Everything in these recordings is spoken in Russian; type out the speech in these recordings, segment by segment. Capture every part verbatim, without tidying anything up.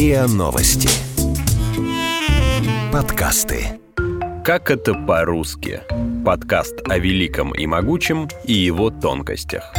РИА Новости. Подкасты. Как это по-русски? Подкаст о великом и могучем и его тонкостях.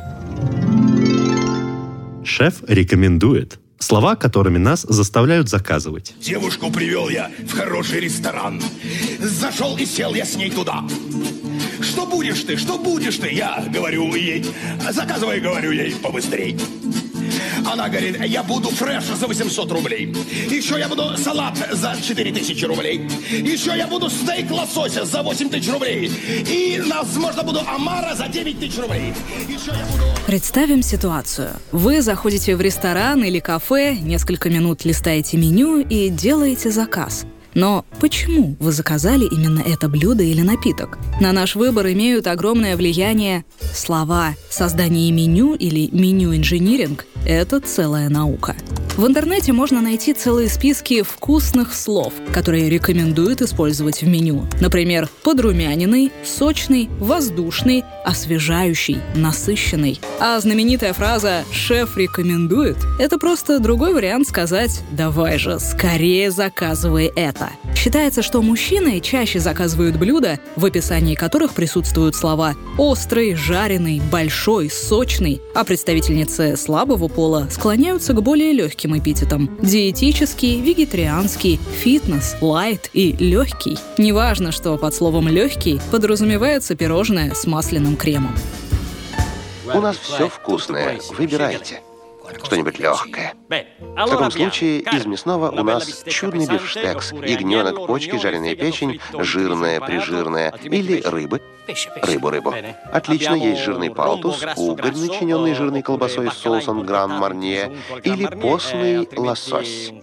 Шеф рекомендует. Слова, которыми нас заставляют заказывать. Девушку привел я в хороший ресторан. Зашел и сел я с ней туда. Что будешь ты, что будешь ты? Я говорю ей, заказывай, говорю ей, побыстрей. Она говорит, я буду фреш за восемьсот рублей. Еще я буду салат за четыре тысячи рублей. Еще я буду стейк лосося за восемь тысяч рублей. И, возможно, буду омара за девять тысяч рублей. Еще я буду... Представим ситуацию. Вы заходите в ресторан или кафе, несколько минут листаете меню и делаете заказ. Но почему вы заказали именно это блюдо или напиток? На наш выбор имеют огромное влияние слова. Создание меню или меню-инжиниринг – это целая наука. В интернете можно найти целые списки вкусных слов, которые рекомендуют использовать в меню. Например, подрумяненный, сочный, воздушный, освежающий, насыщенный. А знаменитая фраза «шеф рекомендует» — это просто другой вариант сказать «давай же, скорее заказывай это». Считается, что мужчины чаще заказывают блюда, в описании которых присутствуют слова «острый», «жареный», «большой», «сочный», а представительницы слабого пола склоняются к более легким эпитетам – диетический, вегетарианский, фитнес, лайт и легкий. Неважно, что под словом «легкий» подразумевается пирожное с масляным кремом. У нас все вкусное. Выбирайте. Что-нибудь легкое. В таком случае из мясного у нас чудный бифштекс, ягненок, почки, жареная печень, жирная, прижирная или рыбы. Рыбу-рыбу. Отлично, есть жирный палтус, угорь, начиненный жирной колбасой с соусом гран-марнье, или постный лосось.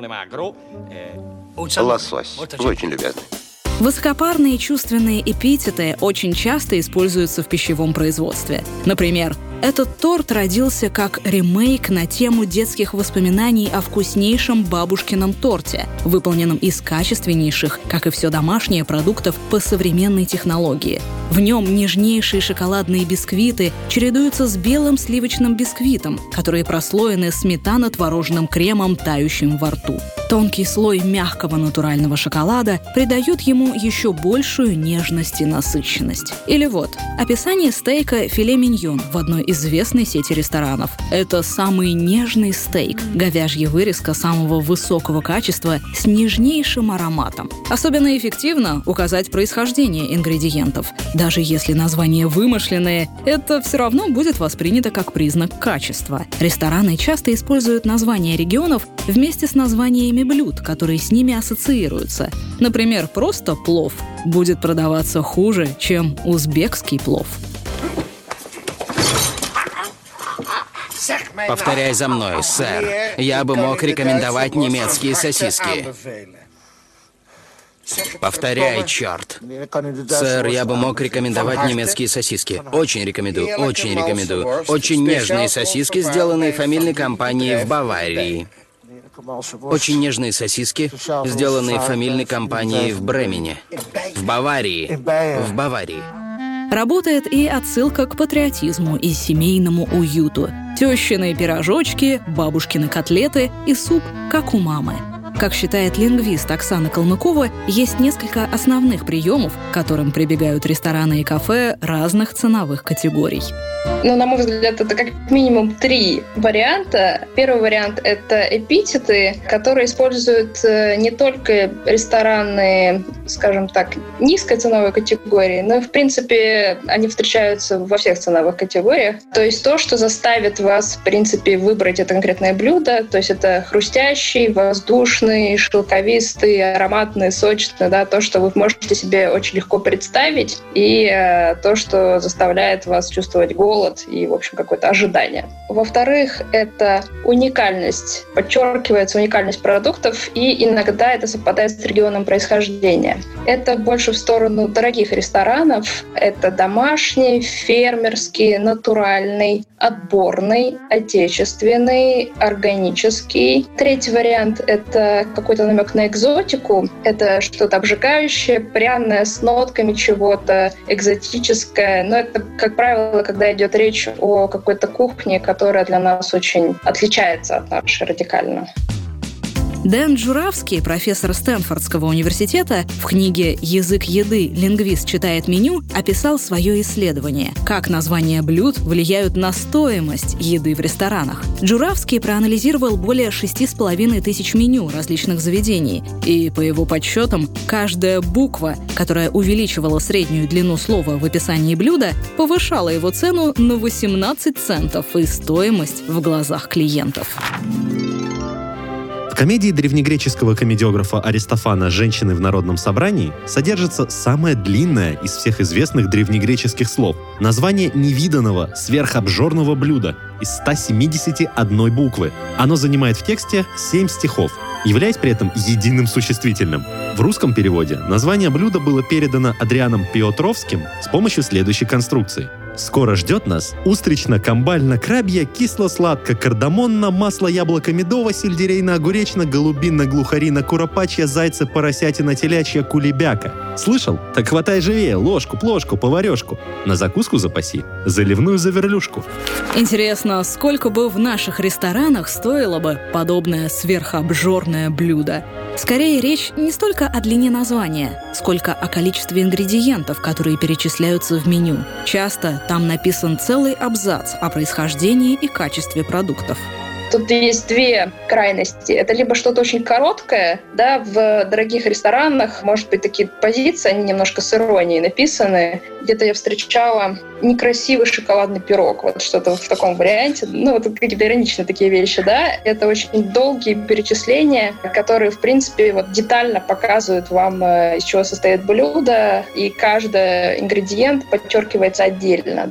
Лосось. Вы очень любезны. Высокопарные чувственные эпитеты очень часто используются в пищевом производстве. Например, этот торт родился как ремейк на тему детских воспоминаний о вкуснейшем бабушкином торте, выполненном из качественнейших, как и все домашнее, продуктов по современной технологии. В нем нежнейшие шоколадные бисквиты чередуются с белым сливочным бисквитом, которые прослоены сметано-творожным кремом, тающим во рту. Тонкий слой мягкого натурального шоколада придает ему еще большую нежность и насыщенность. Или вот, описание стейка филе миньон в одной известной сети ресторанов. Это самый нежный стейк, говяжья вырезка самого высокого качества с нежнейшим ароматом. Особенно эффективно указать происхождение ингредиентов. Даже если названия вымышленные, это все равно будет воспринято как признак качества. Рестораны часто используют названия регионов вместе с названиями блюд, которые с ними ассоциируются. Например, просто плов будет продаваться хуже, чем узбекский плов. Повторяй за мной, сэр. Я бы мог рекомендовать немецкие сосиски. Повторяй, черт. Сэр, я бы мог рекомендовать немецкие сосиски. Очень рекомендую, очень рекомендую. Очень нежные сосиски, сделанные фамильной компанией в Баварии. Очень нежные сосиски, сделанные фамильной компанией в Бремене. В Баварии. В Баварии. Работает и отсылка к патриотизму и семейному уюту. Тещины пирожочки, бабушкины котлеты и суп, как у мамы. Как считает лингвист Оксана Калмыкова, есть несколько основных приемов, к которым прибегают рестораны и кафе разных ценовых категорий. Ну, на мой взгляд, это как минимум три варианта. Первый вариант — это эпитеты, которые используют не только рестораны, скажем так, низкой ценовой категории, но, в принципе, они встречаются во всех ценовых категориях. То есть то, что заставит вас, в принципе, выбрать это конкретное блюдо, то есть это хрустящий, воздушный, шелковистый, ароматный, сочный, да, то, что вы можете себе очень легко представить, и э, то, что заставляет вас чувствовать голод и, в общем, какое-то ожидание. Во-вторых, это уникальность. Подчеркивается уникальность продуктов, и иногда это совпадает с регионом происхождения. Это больше в сторону дорогих ресторанов. Это домашний, фермерский, натуральный, отборный, отечественный, органический. Третий вариант — это какой-то намек на экзотику. Это что-то обжигающее, пряное, с нотками чего-то, экзотическое. Но это, как правило, когда идет речь о какой-то кухне, которая для нас очень отличается от нашей радикально. Дэн Джуравский, профессор Стэнфордского университета, в книге «Язык еды. Лингвист читает меню» описал свое исследование, как названия блюд влияют на стоимость еды в ресторанах. Джуравский проанализировал более шести с половиной тысяч меню различных заведений, и, по его подсчетам, каждая буква, которая увеличивала среднюю длину слова в описании блюда, повышала его цену на восемнадцать центов и стоимость в глазах клиентов. В комедии древнегреческого комедиографа Аристофана «Женщины в народном собрании» содержится самое длинное из всех известных древнегреческих слов — название невиданного, сверхобжорного блюда из ста семидесяти одной буквы. Оно занимает в тексте семь стихов, являясь при этом единым существительным. В русском переводе название блюда было передано Адрианом Пиотровским с помощью следующей конструкции. Скоро ждет нас устрично-камбально-крабья, кисло-сладко-кардамонно, масло яблоко-медово, сельдерейно-огуречно-голубинно-глухарина, куропачья, зайца, поросятина, телячья, кулебяка. Слышал? Так хватай живее ложку, плошку, поварешку. На закуску запаси заливную заверлюшку. Интересно, сколько бы в наших ресторанах стоило бы подобное сверхобжорное блюдо? Скорее, речь не столько о длине названия, сколько о количестве ингредиентов, которые перечисляются в меню. Часто там написан целый абзац о происхождении и качестве продуктов. Тут есть две крайности. Это либо что-то очень короткое, да, в дорогих ресторанах, может быть, такие позиции, они немножко с иронией написаны. Где-то я встречала некрасивый шоколадный пирог, вот что-то вот в таком варианте. Ну, вот какие-то ироничные такие вещи, да. Это очень долгие перечисления, которые, в принципе, вот детально показывают вам, из чего состоит блюдо, и каждый ингредиент подчеркивается отдельно.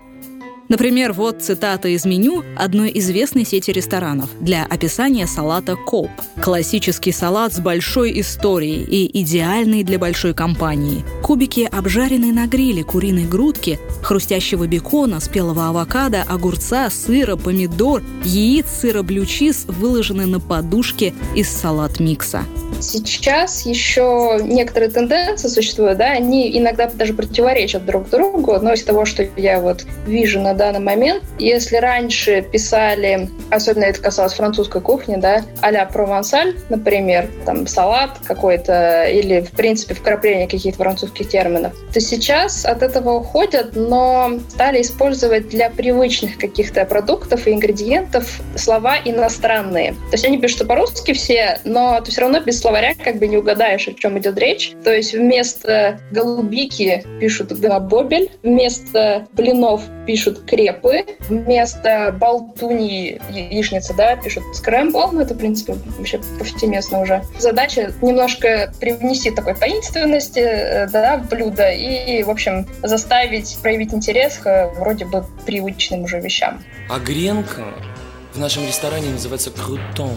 Например, вот цитата из меню одной известной сети ресторанов для описания салата «Коуп». Классический салат с большой историей и идеальный для большой компании. Кубики обжаренной на гриле куриной грудки, хрустящего бекона, спелого авокадо, огурца, сыра, помидор, яиц, сыра блю-чиз выложены на подушке из салат-микса. Сейчас еще некоторые тенденции существуют, да, они иногда даже противоречат друг другу, но из того, что я вот вижу на данный момент, если раньше писали, особенно это касалось французской кухни, да, а-ля провансаль, например, там салат какой-то или, в принципе, вкрапление каких-то французских терминов, то сейчас от этого уходят, но стали использовать для привычных каких-то продуктов и ингредиентов слова иностранные. То есть они пишутся по-русски все, но ты все равно без словаря как бы не угадаешь, о чем идет речь. То есть вместо голубики пишут голобобель, вместо блинов пишут крепы, вместо болтуньи, яичницы, да, пишут скрэмбл. Ну, это, в принципе, вообще повсеместно уже. Задача немножко привнести такой таинственности, да, в блюдо и, в общем, заставить проявить интерес к вроде бы привычным уже вещам. А гренка в нашем ресторане называется крутон.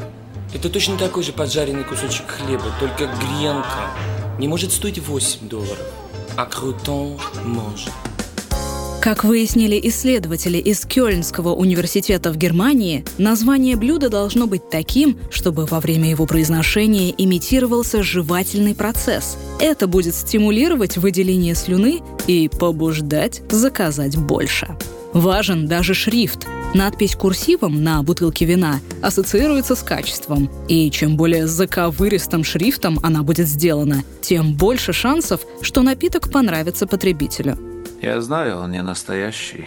Это точно такой же поджаренный кусочек хлеба, только гренка не может стоить восемь долларов, а крутон может. Как выяснили исследователи из Кёльнского университета в Германии, название блюда должно быть таким, чтобы во время его произношения имитировался жевательный процесс. Это будет стимулировать выделение слюны и побуждать заказать больше. Важен даже шрифт. Надпись курсивом на бутылке вина ассоциируется с качеством, и чем более заковыристым шрифтом она будет сделана, тем больше шансов, что напиток понравится потребителю. Я знаю, он не настоящий.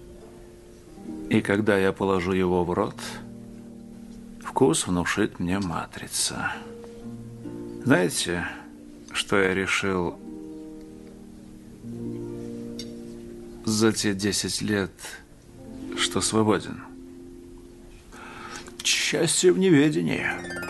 И когда я положу его в рот, вкус внушит мне матрица. Знаете, что я решил за те десять лет, что свободен? Счастье в неведении.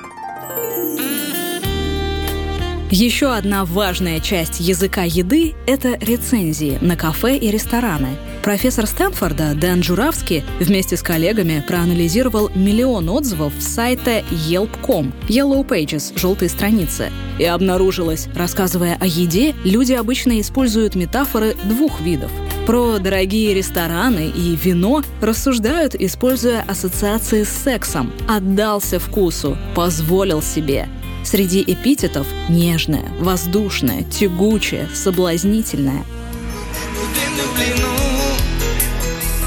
Еще одна важная часть языка еды – это рецензии на кафе и рестораны. Профессор Стэнфорда Дэн Джуравский вместе с коллегами проанализировал миллион отзывов с сайта Yelp точка ком – Yellow Pages – желтые страницы. И обнаружилось, рассказывая о еде, люди обычно используют метафоры двух видов. Про дорогие рестораны и вино рассуждают, используя ассоциации с сексом. Отдался вкусу, позволил себе. Среди эпитетов – нежное, воздушное, тягучее, соблазнительное.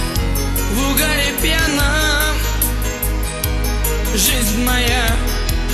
Жизнь моя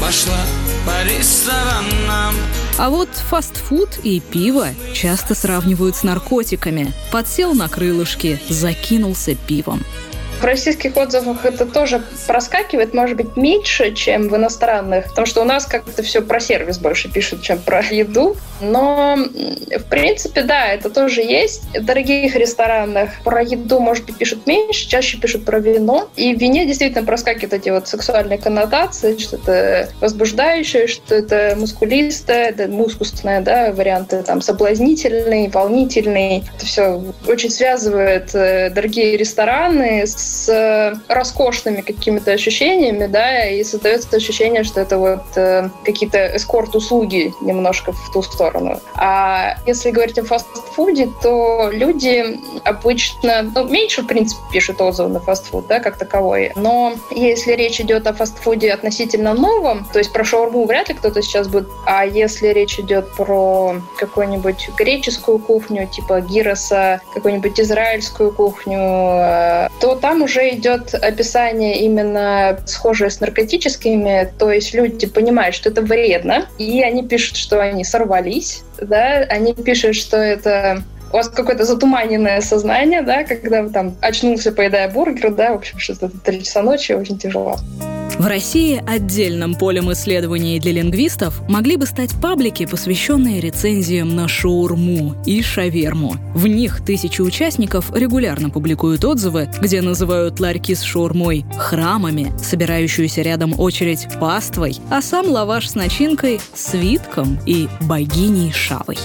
пошла по ресторанам. А вот фастфуд и пиво часто сравнивают с наркотиками. Подсел на крылышки, закинулся пивом. В российских отзывах это тоже проскакивает, может быть, меньше, чем в иностранных, потому что у нас как-то все про сервис больше пишут, чем про еду. Но, в принципе, да, это тоже есть. В дорогих ресторанах про еду, может быть, пишут меньше, чаще пишут про вино. И в вине действительно проскакивают эти вот сексуальные коннотации, что это возбуждающее, что это мускулистое, это мускусное, да, варианты там соблазнительный, волнительный. Это все очень связывает дорогие рестораны с с роскошными какими-то ощущениями, да, и создается ощущение, что это вот э, какие-то эскорт-услуги немножко в ту сторону. А если говорить о фастфуде, то люди обычно, ну, меньше, в принципе, пишут отзывы на фастфуд, да, как таковой, но если речь идет о фастфуде относительно новом, то есть про шаурму вряд ли кто-то сейчас будет, а если речь идет про какую-нибудь греческую кухню, типа гироса, какую-нибудь израильскую кухню, э, то там уже идет описание именно схожее с наркотическими, то есть люди понимают, что это вредно, и они пишут, что они сорвались, да, они пишут, что это у вас какое-то затуманенное сознание, да, когда вы там очнулся, поедая бургер, да, в общем, что-то три часа ночи, очень тяжело. В России отдельным полем исследований для лингвистов могли бы стать паблики, посвященные рецензиям на шаурму и шаверму. В них тысячи участников регулярно публикуют отзывы, где называют ларьки с шаурмой храмами, собирающуюся рядом очередь паствой, а сам лаваш с начинкой — свитком и богиней Шавой.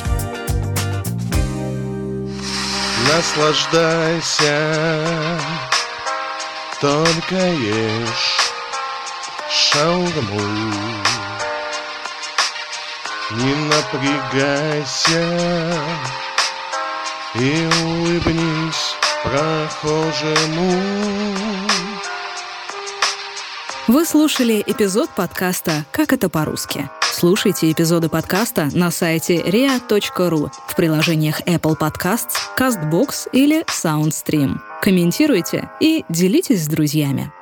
Наслаждайся, только ешь шаурму, не напрягайся и улыбнись прохожему. Вы слушали эпизод подкаста «Как это по-русски». Слушайте эпизоды подкаста на сайте риа точка ру, в приложениях Apple Podcasts, CastBox или SoundStream. Комментируйте и делитесь с друзьями.